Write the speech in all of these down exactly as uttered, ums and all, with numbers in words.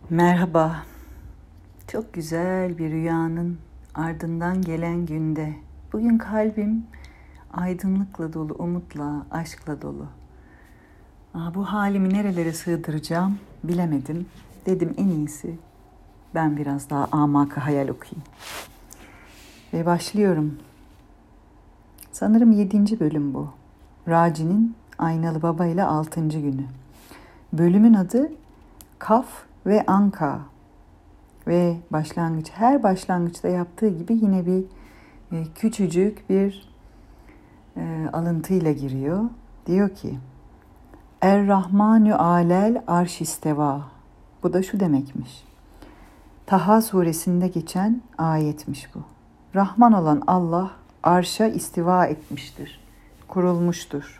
Merhaba. Çok güzel bir rüyanın ardından gelen günde. Bugün kalbim aydınlıkla dolu, umutla, aşkla dolu. Aa, bu halimi nerelere sığdıracağım bilemedim. Dedim en iyisi ben biraz daha amaka hayal okuyayım. Ve başlıyorum. Sanırım yedinci bölüm bu. Raci'nin Aynalı Baba ile altıncı günü. Bölümün adı Kaf ve Anka. Ve başlangıç, her başlangıçta yaptığı gibi yine bir e, küçücük bir e, alıntıyla giriyor. Diyor ki, Er-Rahmanü alel arş isteva. Bu da şu demekmiş. Taha suresinde geçen ayetmiş bu. Rahman olan Allah arşa istiva etmiştir, kurulmuştur.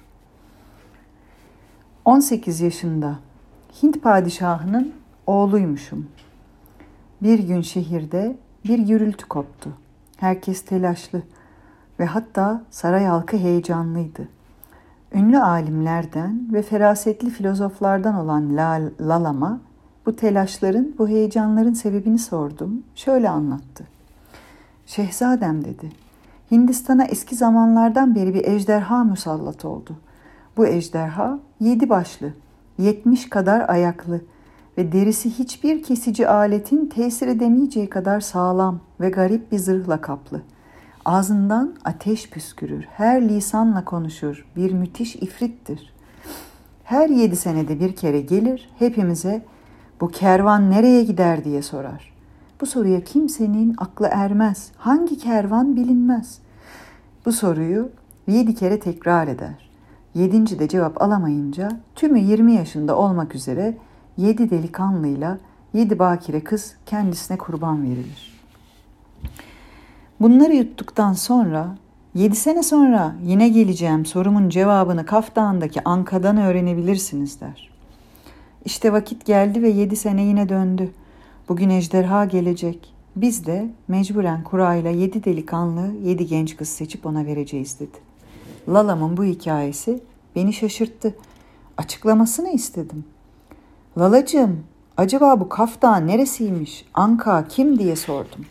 on sekiz yaşında Hint padişahının oğluymuşum. Bir gün şehirde bir gürültü koptu. Herkes telaşlı ve hatta saray halkı heyecanlıydı. Ünlü alimlerden ve ferasetli filozoflardan olan Lalama bu telaşların, bu heyecanların sebebini sordum. Şöyle anlattı. Şehzadem dedi, Hindistan'a eski zamanlardan beri bir ejderha musallat oldu. Bu ejderha yedi başlı, yetmiş kadar ayaklı ve derisi hiçbir kesici aletin tesir edemeyeceği kadar sağlam ve garip bir zırhla kaplı. Ağzından ateş püskürür, her lisanla konuşur, bir müthiş ifrittir. Her yedi senede bir kere gelir, hepimize bu kervan nereye gider diye sorar. Bu soruya kimsenin aklı ermez, hangi kervan bilinmez. Bu soruyu yedi kere tekrar eder. Yedinci de cevap alamayınca tümü yirmi yaşında olmak üzere yedi delikanlıyla yedi bakire kız kendisine kurban verilir. Bunları yuttuktan sonra yedi sene sonra yine geleceğim sorumun cevabını Kaf Dağı'ndaki Anka'dan öğrenebilirsiniz der. İşte vakit geldi ve yedi sene yine döndü. Bugün ejderha gelecek. Biz de mecburen kurayla yedi delikanlı, yedi genç kız seçip ona vereceğiz dedi. Lalam'ın bu hikayesi beni şaşırttı. Açıklamasını istedim. Lalacığım, acaba bu Kaf Dağı neresiymiş? Anka kim diye sordum.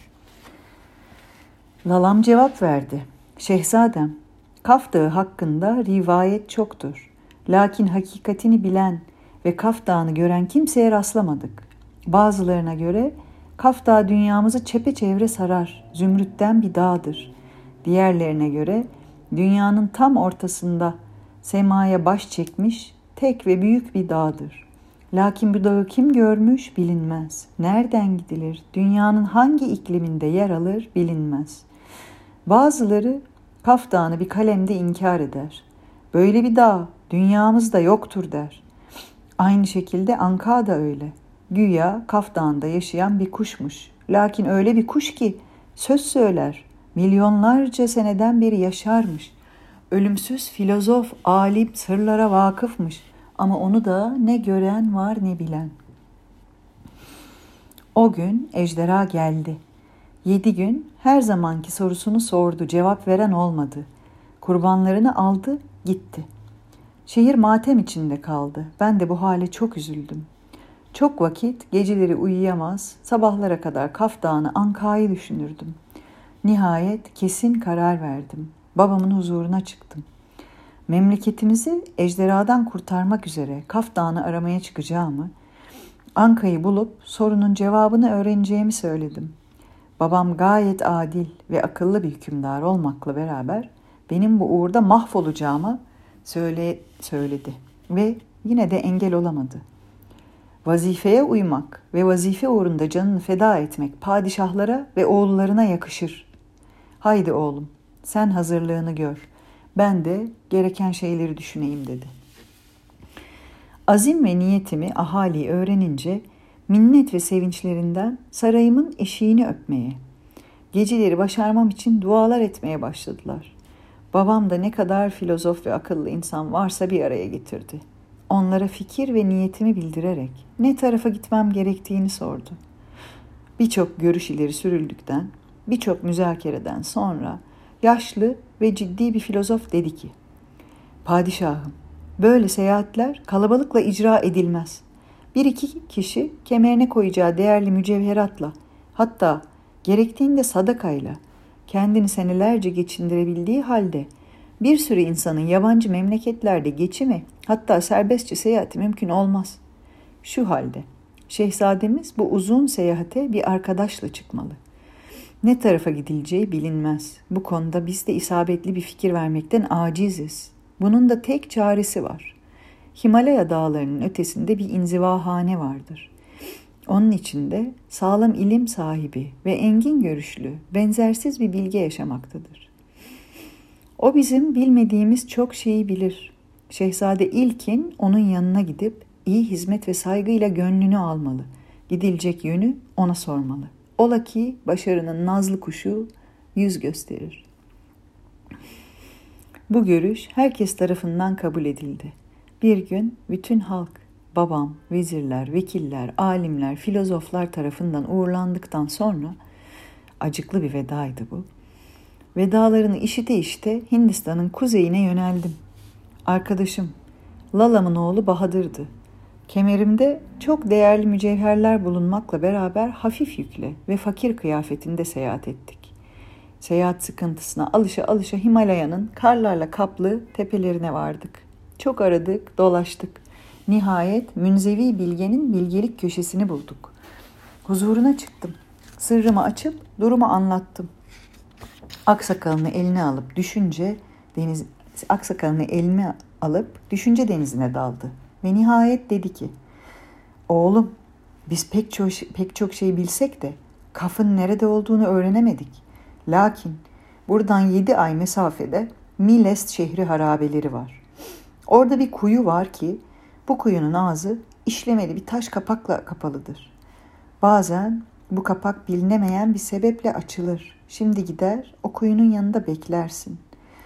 Lalam cevap verdi. Şehzadem, Kaf Dağı hakkında rivayet çoktur. Lakin hakikatini bilen ve Kaf Dağı'nı gören kimseye rastlamadık. Bazılarına göre Kaf Dağı dünyamızı çepeçevre sarar, zümrütten bir dağdır. Diğerlerine göre dünyanın tam ortasında semaya baş çekmiş tek ve büyük bir dağdır. Lakin bu dağı kim görmüş bilinmez. Nereden gidilir, dünyanın hangi ikliminde yer alır bilinmez. Bazıları Kaf Dağı'nı bir kalemde inkar eder. Böyle bir dağ dünyamızda yoktur der. Aynı şekilde Anka da öyle. Güya Kaf Dağı'nda yaşayan bir kuşmuş. Lakin öyle bir kuş ki söz söyler. Milyonlarca seneden beri yaşarmış. Ölümsüz filozof, alim, sırlara vakıfmış. Ama onu da ne gören var ne bilen. O gün ejderha geldi. Yedi gün her zamanki sorusunu sordu, cevap veren olmadı. Kurbanlarını aldı, gitti. Şehir matem içinde kaldı. Ben de bu hale çok üzüldüm. Çok vakit geceleri uyuyamaz, sabahlara kadar Kaf Dağı'nı, Anka'yı düşünürdüm. Nihayet kesin karar verdim. Babamın huzuruna çıktım. Memleketimizi ejderhadan kurtarmak üzere Kaf Dağı'nı aramaya çıkacağımı, Anka'yı bulup sorunun cevabını öğreneceğimi söyledim. Babam gayet adil ve akıllı bir hükümdar olmakla beraber benim bu uğurda mahvolacağımı söyle, söyledi ve yine de engel olamadı. Vazifeye uymak ve vazife uğrunda canını feda etmek padişahlara ve oğullarına yakışır. Haydi oğlum, sen hazırlığını gör. Ben de gereken şeyleri düşüneyim dedi. Azim ve niyetimi ahali öğrenince minnet ve sevinçlerinden sarayımın eşiğini öpmeye, geceleri başarmam için dualar etmeye başladılar. Babam da ne kadar filozof ve akıllı insan varsa bir araya getirdi. Onlara fikir ve niyetimi bildirerek ne tarafa gitmem gerektiğini sordu. Birçok görüş ileri sürüldükten, birçok müzakereden sonra yaşlı ve ciddi bir filozof dedi ki, Padişahım, böyle seyahatler kalabalıkla icra edilmez. Bir iki kişi kemerine koyacağı değerli mücevheratla, hatta gerektiğinde sadakayla kendini senelerce geçindirebildiği halde bir sürü insanın yabancı memleketlerde geçimi, hatta serbestçe seyahati mümkün olmaz. Şu halde şehzademiz bu uzun seyahate bir arkadaşla çıkmalı. Ne tarafa gidileceği bilinmez. Bu konuda biz de isabetli bir fikir vermekten aciziz. Bunun da tek çaresi var. Himalaya dağlarının ötesinde bir inzivahane vardır. Onun içinde sağlam ilim sahibi ve engin görüşlü, benzersiz bir bilge yaşamaktadır. O bizim bilmediğimiz çok şeyi bilir. Şehzade ilkin onun yanına gidip iyi hizmet ve saygıyla gönlünü almalı. Gidilecek yönü ona sormalı. Ola ki başarının nazlı kuşu yüz gösterir. Bu görüş herkes tarafından kabul edildi. Bir gün bütün halk, babam, vezirler, vekiller, alimler, filozoflar tarafından uğurlandıktan sonra, acıklı bir vedaydı bu, vedalarını işite işte Hindistan'ın kuzeyine yöneldim. Arkadaşım, Lalam'ın oğlu Bahadır'dı. Kemerimde çok değerli mücevherler bulunmakla beraber hafif yükle ve fakir kıyafetinde seyahat ettik. Seyahat sıkıntısına alışa alışa Himalaya'nın karlarla kaplı tepelerine vardık. Çok aradık, dolaştık. Nihayet münzevi bilgenin bilgelik köşesini bulduk. Huzuruna çıktım. Sırrımı açıp durumu anlattım. Aksakalını eline alıp düşünce deniz aksakalını eline alıp düşünce denizine daldı ve nihayet dedi ki: "Oğlum, biz pek çok pek çok şey bilsek de Kaf'ın nerede olduğunu öğrenemedik. Lakin buradan yedi ay mesafede Milest şehri harabeleri var. Orada bir kuyu var ki bu kuyunun ağzı işlemeli bir taş kapakla kapalıdır. Bazen bu kapak bilinemeyen bir sebeple açılır. Şimdi gider o kuyunun yanında beklersin.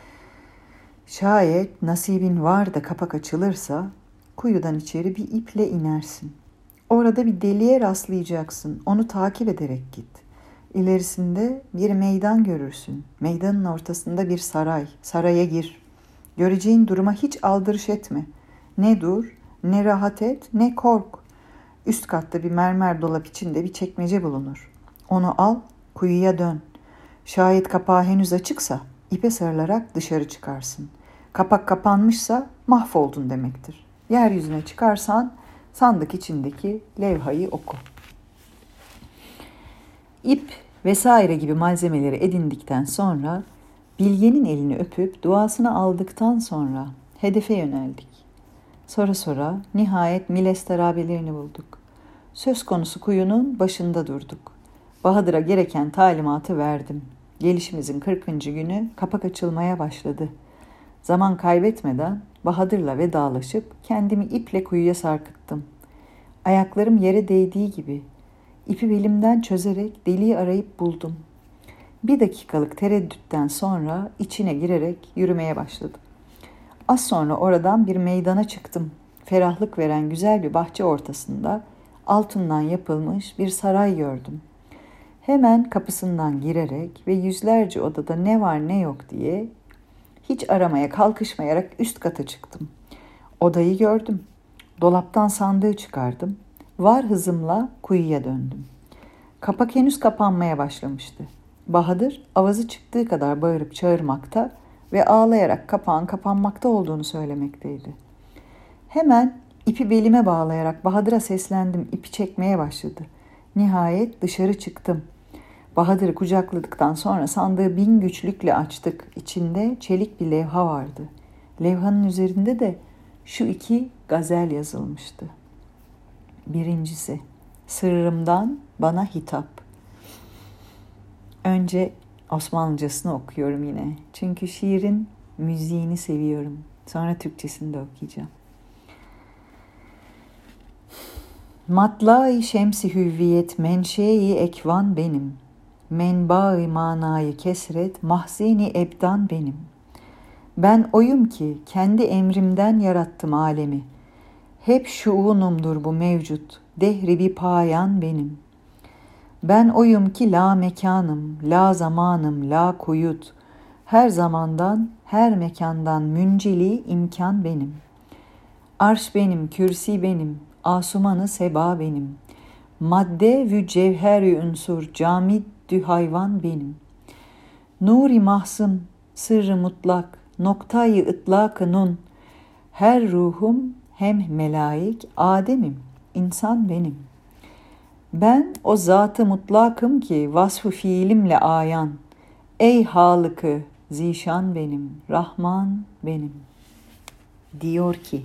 Şayet nasibin var da kapak açılırsa kuyudan içeri bir iple inersin. Orada bir deliğe rastlayacaksın. Onu takip ederek git. İlerisinde bir meydan görürsün. Meydanın ortasında bir saray. Saraya gir. Göreceğin duruma hiç aldırış etme. Ne dur, ne rahat et, ne kork. Üst katta bir mermer dolap içinde bir çekmece bulunur. Onu al, kuyuya dön. Şayet kapağı henüz açıksa ipe sarılarak dışarı çıkarsın. Kapak kapanmışsa mahvoldun demektir. Yeryüzüne çıkarsan sandık içindeki levhayı oku." İp vesaire gibi malzemeleri edindikten sonra, bilgenin elini öpüp duasını aldıktan sonra hedefe yöneldik. Sonra sonra nihayet Milest harabelerini bulduk. Söz konusu kuyunun başında durduk. Bahadır'a gereken talimatı verdim. Gelişimizin kırkıncı günü kapak açılmaya başladı. Zaman kaybetmeden Bahadır'la vedalaşıp kendimi iple kuyuya sarkıttım. Ayaklarım yere değdiği gibi ipi belimden çözerek deliği arayıp buldum. Bir dakikalık tereddütten sonra içine girerek yürümeye başladım. Az sonra oradan bir meydana çıktım. Ferahlık veren güzel bir bahçe ortasında altından yapılmış bir saray gördüm. Hemen kapısından girerek ve yüzlerce odada ne var ne yok diye hiç aramaya kalkışmayarak üst kata çıktım. Odayı gördüm. Dolaptan sandığı çıkardım. Var hızımla kuyuya döndüm. Kapak henüz kapanmaya başlamıştı. Bahadır avazı çıktığı kadar bağırıp çağırmakta ve ağlayarak kapağın kapanmakta olduğunu söylemekteydi. Hemen ipi belime bağlayarak Bahadır'a seslendim. İpi çekmeye başladı. Nihayet dışarı çıktım. Bahadır'ı kucakladıktan sonra sandığı bin güçlükle açtık. İçinde çelik bir levha vardı. Levhanın üzerinde de şu iki gazel yazılmıştı. Birincisi, sırrımdan bana hitap. Önce Osmanlıcasını okuyorum yine. Çünkü şiirin müziğini seviyorum. Sonra Türkçesini de okuyacağım. Matla-i şemsi hüvviyet menşe-i ekvan benim. Menba-i manayı kesret mahzeni ebdan benim. Ben oyum ki kendi emrimden yarattım alemi. Hep şuunumdur bu mevcut, dehri bir payan benim. Ben oyum ki la mekanım, la zamanım, la kuyut. Her zamandan, her mekandan münceli imkan benim. Arş benim, kürsi benim, asumanı seba benim. Madde vü cevher-i ünsur, camid-dü hayvan benim. Nur-i mahsım, sırrı mutlak, noktayı ıtlak-ı nun. Her ruhum hem melaik, Adem'im, insan benim. Ben o zat-ı mutlakım ki vasfı fiilimle ayan. Ey Halık-ı zişan benim, Rahman benim. Diyor ki,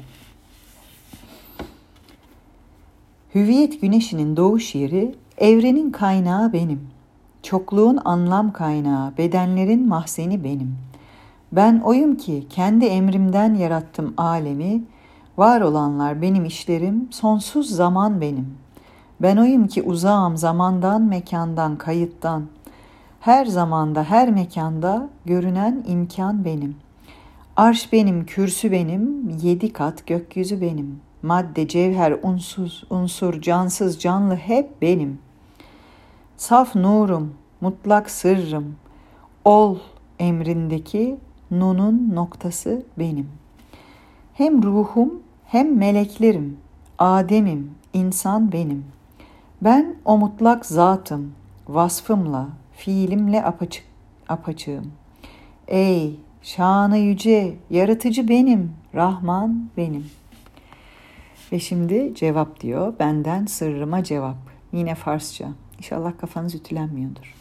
hüviyet güneşinin doğuş yeri, evrenin kaynağı benim. Çokluğun anlam kaynağı, bedenlerin mahzeni benim. Ben oyum ki kendi emrimden yarattım alemi, var olanlar benim işlerim, sonsuz zaman benim. Ben oyum ki uzağım zamandan, mekandan, kayıttan. Her zamanda, her mekanda görünen imkan benim. Arş benim, kürsü benim, yedi kat gökyüzü benim. Madde, cevher, unsuz, unsur, cansız, canlı hep benim. Saf nurum, mutlak sırrım, ol emrindeki nunun noktası benim. Hem ruhum hem meleklerim, Adem'im, insan benim. Ben o mutlak zatım, vasfımla, fiilimle apaçık, apaçığım. Ey şanı yüce, yaratıcı benim, Rahman benim. Ve şimdi cevap diyor, benden sırrıma cevap. Yine Farsça. İnşallah kafanız ütülenmiyordur.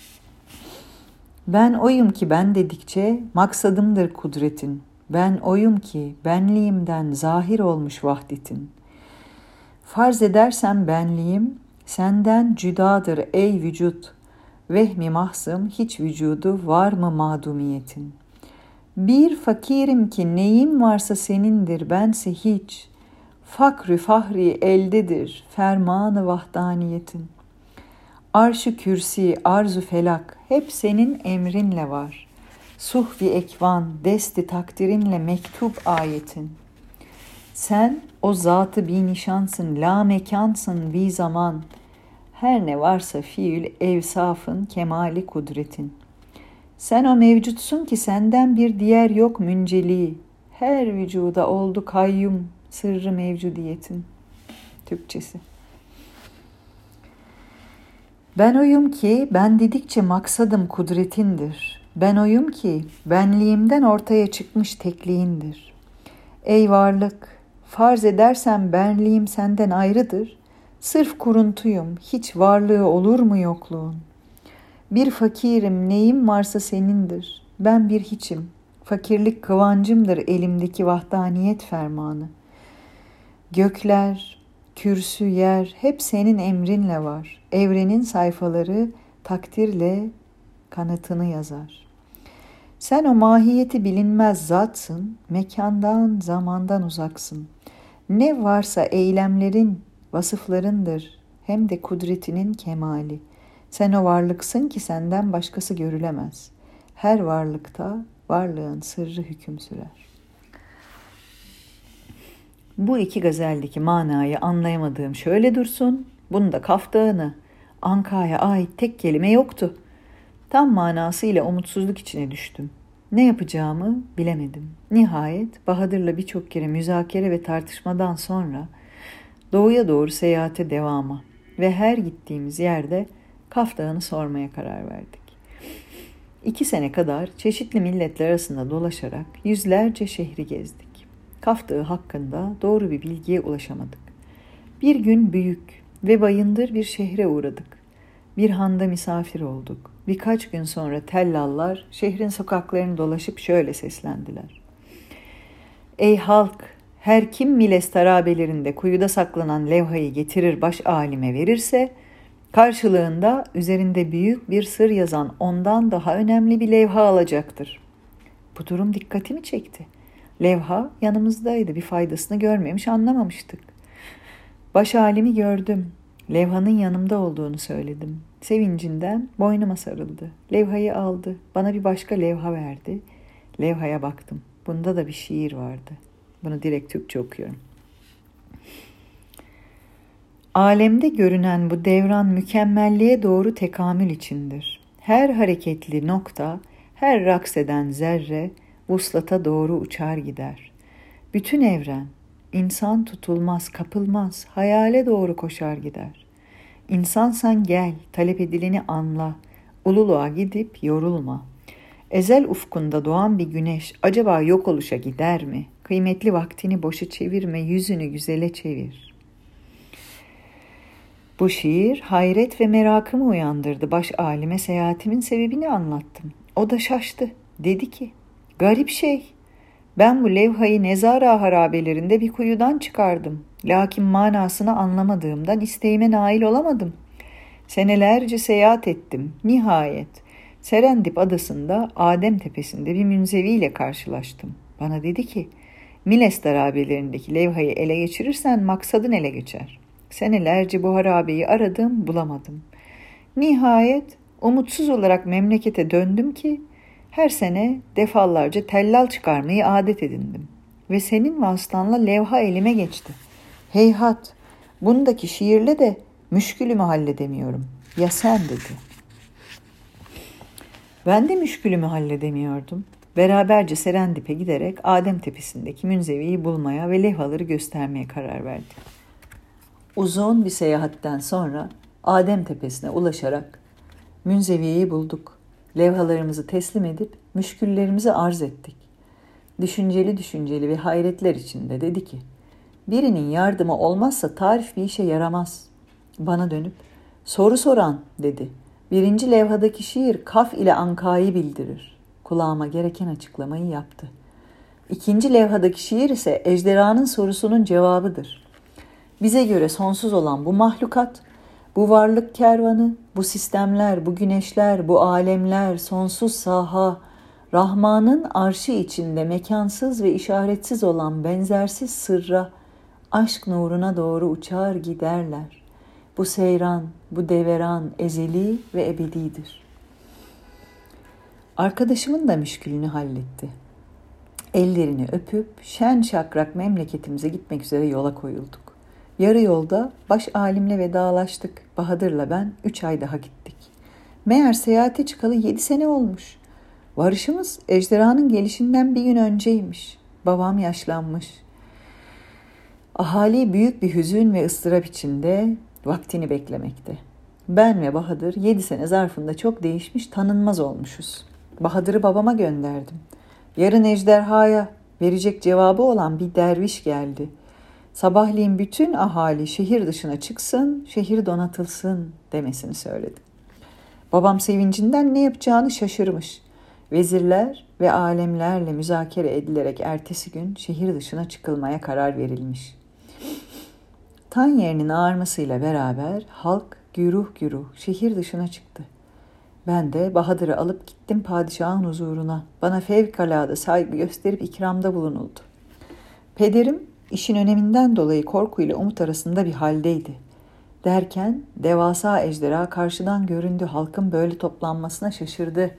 Ben oyum ki ben dedikçe maksadımdır kudretin. Ben oyum ki benliğimden zahir olmuş vahdetin. Farz edersem benliğim senden cüdadır ey vücut. Vehmi mahzım hiç vücudu var mı madumiyetin? Bir fakirim ki neyim varsa senindir bense hiç. Fakrü fahri eldedir fermanı vahdaniyetin. Arş-ı kürsi, arz-ı felak hep senin emrinle var. Suhvi ekvan, desti takdirinle mektup ayetin. Sen o zatı bi nişansın, la mekansın bi zaman. Her ne varsa fiil evsafın, kemali kudretin. Sen o mevcutsun ki senden bir diğer yok münceli. Her vücuda oldu kayyum, sırrı mevcudiyetin. Türkçesi. Ben oyum ki ben dedikçe maksadım kudretindir. Ben oyum ki benliğimden ortaya çıkmış tekliğindir. Ey varlık, farz edersem benliğim senden ayrıdır. Sırf kuruntuyum, hiç varlığı olur mu yokluğun? Bir fakirim, neyim varsa senindir. Ben bir hiçim, fakirlik kıvancımdır elimdeki vahdaniyet fermanı. Gökler, kürsü, yer hep senin emrinle var. Evrenin sayfaları takdirle kanıtını yazar. Sen o mahiyeti bilinmez zatsın, mekandan, zamandan uzaksın. Ne varsa eylemlerin, vasıflarındır, hem de kudretinin kemali. Sen o varlıksın ki senden başkası görülemez. Her varlıkta varlığın sırrı hüküm sürer. Bu iki gazeldeki manayı anlayamadığım şöyle dursun, bunda Kaf Dağı'nı, Anka'ya ait tek kelime yoktu. Tam manasıyla umutsuzluk içine düştüm. Ne yapacağımı bilemedim. Nihayet Bahadır'la birçok kere müzakere ve tartışmadan sonra doğuya doğru seyahate devama ve her gittiğimiz yerde Kaf Dağı'nı sormaya karar verdik. İki sene kadar çeşitli milletler arasında dolaşarak yüzlerce şehri gezdik. Kaf Dağı hakkında doğru bir bilgiye ulaşamadık. Bir gün büyük ve bayındır bir şehre uğradık. Bir handa misafir olduk. Birkaç gün sonra tellallar şehrin sokaklarını dolaşıp şöyle seslendiler. Ey halk! Her kim Miles tarabelerinde kuyuda saklanan levhayı getirir baş alime verirse, karşılığında üzerinde büyük bir sır yazan ondan daha önemli bir levha alacaktır. Bu durum dikkatimi çekti. Levha yanımızdaydı, bir faydasını görmemiş, anlamamıştık. Baş alimi gördüm. Levhanın yanımda olduğunu söyledim. Sevincinden boynuma sarıldı. Levhayı aldı. Bana bir başka levha verdi. Levhaya baktım. Bunda da bir şiir vardı. Bunu direkt Türkçe okuyorum. Alemde görünen bu devran mükemmelliğe doğru tekamül içindir. Her hareketli nokta, her raks eden zerre vuslata doğru uçar gider. Bütün evren, İnsan tutulmaz, kapılmaz, hayale doğru koşar gider. İnsansan gel, talep edileni anla, ululuğa gidip yorulma. Ezel ufkunda doğan bir güneş acaba yok oluşa gider mi? Kıymetli vaktini boşa çevirme, yüzünü güzele çevir. Bu şiir hayret ve merakımı uyandırdı. Baş alime seyahatimin sebebini anlattım. O da şaştı. Dedi ki, garip şey, ben bu levhayı Nezara harabelerinde bir kuyudan çıkardım. Lakin manasını anlamadığımdan isteğime nail olamadım. Senelerce seyahat ettim. Nihayet Serendip adasında Adem Tepesi'nde bir münzeviyle karşılaştım. Bana dedi ki, Miles harabelerindeki levhayı ele geçirirsen maksadın ele geçer. Senelerce bu harabeyi aradım, bulamadım. Nihayet umutsuz olarak memlekete döndüm ki her sene defalarca tellal çıkarmayı adet edindim. Ve senin vasıtanla levha elime geçti. Heyhat, bundaki şiirle de müşkülümü halledemiyorum. Ya sen dedi. Ben de müşkülümü halledemiyordum. Beraberce Serendip'e giderek Adem Tepesi'ndeki münzeviyi bulmaya ve levhaları göstermeye karar verdik. Uzun bir seyahatten sonra Adem Tepesi'ne ulaşarak münzeviyi bulduk. Levhalarımızı teslim edip müşküllerimizi arz ettik. Düşünceli düşünceli ve hayretler içinde dedi ki, birinin yardımı olmazsa tarif bir işe yaramaz. Bana dönüp, soru soran dedi. Birinci levhadaki şiir kaf ile ankayı bildirir. Kulağıma gereken açıklamayı yaptı. İkinci levhadaki şiir ise ejderhanın sorusunun cevabıdır. Bize göre sonsuz olan bu mahlukat, bu varlık kervanı, bu sistemler, bu güneşler, bu alemler, sonsuz saha, Rahman'ın arşı içinde mekansız ve işaretsiz olan benzersiz sırra, aşk nuruna doğru uçar giderler. Bu seyran, bu deveran ezeli ve ebedidir. Arkadaşımın da müşkülünü halletti. Ellerini öpüp şen şakrak memleketimize gitmek üzere yola koyulduk. Yarı yolda baş alimle vedalaştık. Bahadır'la ben üç ay daha gittik. Meğer seyahate çıkalı yedi sene olmuş. Varışımız ejderhanın gelişinden bir gün önceymiş. Babam yaşlanmış. Ahali büyük bir hüzün ve ıstırap içinde vaktini beklemekte. Ben ve Bahadır yedi sene zarfında çok değişmiş, tanınmaz olmuşuz. Bahadır'ı babama gönderdim. Yarın ejderhaya verecek cevabı olan bir derviş geldi. Sabahleyin bütün ahali şehir dışına çıksın, şehir donatılsın demesini söyledi. Babam sevincinden ne yapacağını şaşırmış. Vezirler ve alemlerle müzakere edilerek ertesi gün şehir dışına çıkılmaya karar verilmiş. Tan yerinin ağarmasıyla beraber halk güruh güruh şehir dışına çıktı. Ben de Bahadır'ı alıp gittim padişahın huzuruna. Bana fevkalade saygı gösterip ikramda bulunuldu. Pederim işin öneminden dolayı korkuyla umut arasında bir haldeydi. Derken devasa ejderha karşıdan göründü. Halkın böyle toplanmasına şaşırdı.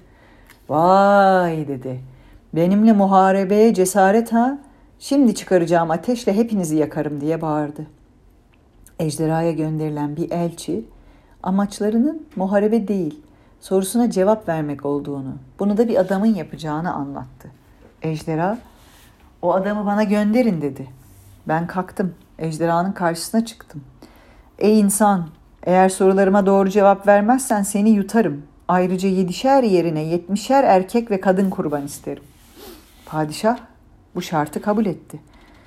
Vay dedi. Benimle muharebeye cesaret ha? Şimdi çıkaracağım ateşle hepinizi yakarım diye bağırdı. Ejderhaya gönderilen bir elçi amaçlarının muharebe değil, sorusuna cevap vermek olduğunu, bunu da bir adamın yapacağını anlattı. Ejderha, o adamı bana gönderin dedi. Ben kalktım, ejderhanın karşısına çıktım. Ey insan, eğer sorularıma doğru cevap vermezsen seni yutarım. Ayrıca yedişer yerine yetmişer erkek ve kadın kurban isterim. Padişah bu şartı kabul etti.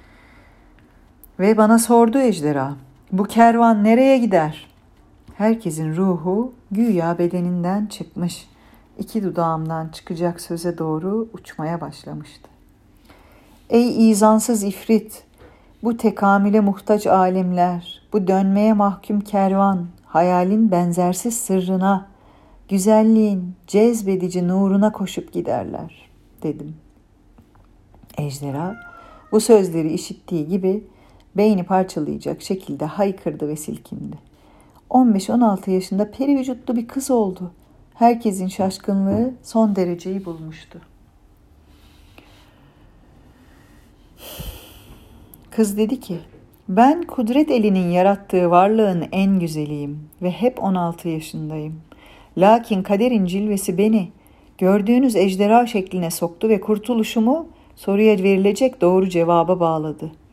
Ve bana sordu ejderha, bu kervan nereye gider? Herkesin ruhu güya bedeninden çıkmış, iki dudağımdan çıkacak söze doğru uçmaya başlamıştı. Ey izansız ifrit, bu tekamüle muhtaç alemler, bu dönmeye mahkum kervan, hayalin benzersiz sırrına, güzelliğin cezbedici nuruna koşup giderler, dedim. Ejderha bu sözleri işittiği gibi beyni parçalayacak şekilde haykırdı ve silkindi. on beş on altı yaşında peri vücutlu bir kız oldu. Herkesin şaşkınlığı son dereceyi bulmuştu. Kız dedi ki, ben kudret elinin yarattığı varlığın en güzeliyim ve hep on altı yaşındayım. Lakin kaderin cilvesi beni gördüğünüz ejderha şekline soktu ve kurtuluşumu soruya verilecek doğru cevaba bağladı.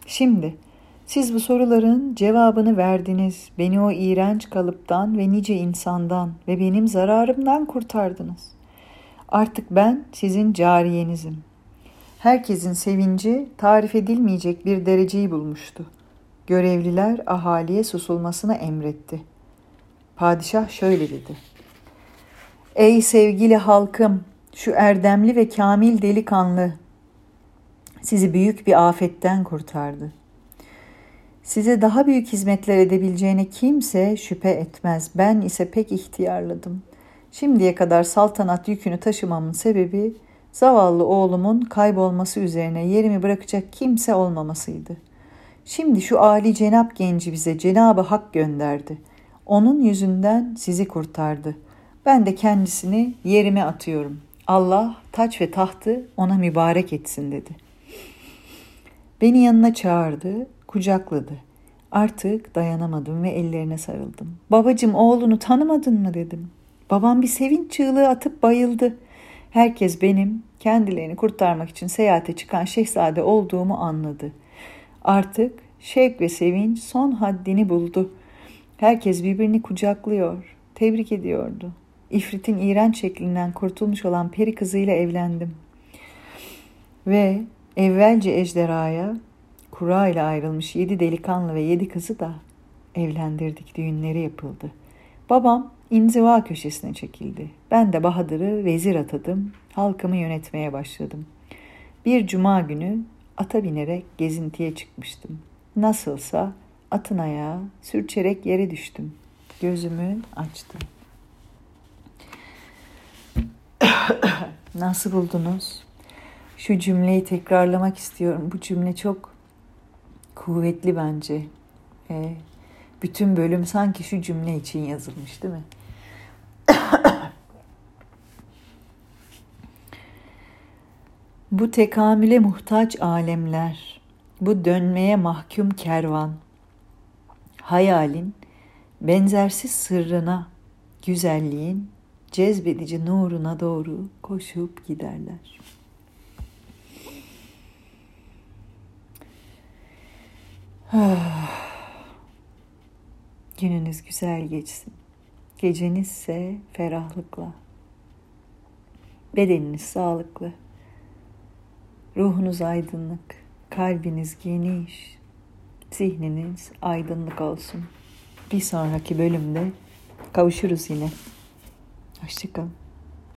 Şimdi siz bu soruların cevabını verdiniz. Beni o iğrenç kalıptan ve nice insandan ve benim zararımdan kurtardınız. Artık ben sizin cariyenizim. Herkesin sevinci tarif edilmeyecek bir dereceyi bulmuştu. Görevliler ahaliye susulmasını emretti. Padişah şöyle dedi: Ey sevgili halkım, şu erdemli ve kamil delikanlı sizi büyük bir afetten kurtardı. Size daha büyük hizmetler edebileceğine kimse şüphe etmez. Ben ise pek ihtiyarladım. Şimdiye kadar saltanat yükünü taşımamın sebebi zavallı oğlumun kaybolması üzerine yerimi bırakacak kimse olmamasıydı. Şimdi şu âli cenap genci bize Cenab-ı Hak gönderdi. Onun yüzünden sizi kurtardı. Ben de kendisini yerime atıyorum. Allah taç ve tahtı ona mübarek etsin dedi. Beni yanına çağırdı, kucakladı. Artık dayanamadım ve ellerine sarıldım. Babacığım, oğlunu tanımadın mı dedim. Babam bir sevinç çığlığı atıp bayıldı. Herkes benim kendilerini kurtarmak için seyahate çıkan şehzade olduğumu anladı. Artık şevk ve sevinç son haddini buldu. Herkes birbirini kucaklıyor, tebrik ediyordu. İfritin iğrenç şeklinden kurtulmuş olan peri kızıyla evlendim. Ve evvelce ejderhaya, kura ile ayrılmış yedi delikanlı ve yedi kızı da evlendirdik, düğünleri yapıldı. Babam inziva köşesine çekildi. Ben de Bahadır'ı vezir atadım, halkımı yönetmeye başladım. Bir cuma günü ata binerek gezintiye çıkmıştım. Nasılsa atın ayağı sürçerek yere düştüm. Gözümü açtım. Nasıl buldunuz? Şu cümleyi tekrarlamak istiyorum. Bu cümle çok kuvvetli bence. Ee, bütün bölüm sanki şu cümle için yazılmış, değil mi? Bu tekamüle muhtaç alemler, bu dönmeye mahkum kervan, hayalin benzersiz sırrına, güzelliğin cezbedici nuruna doğru koşup giderler. Gününüz güzel geçsin. Gecenizse ferahlıkla. Bedeniniz sağlıklı. Ruhunuz aydınlık. Kalbiniz geniş. Zihniniz aydınlık olsun. Bir sonraki bölümde kavuşuruz yine. Hoşça kalın.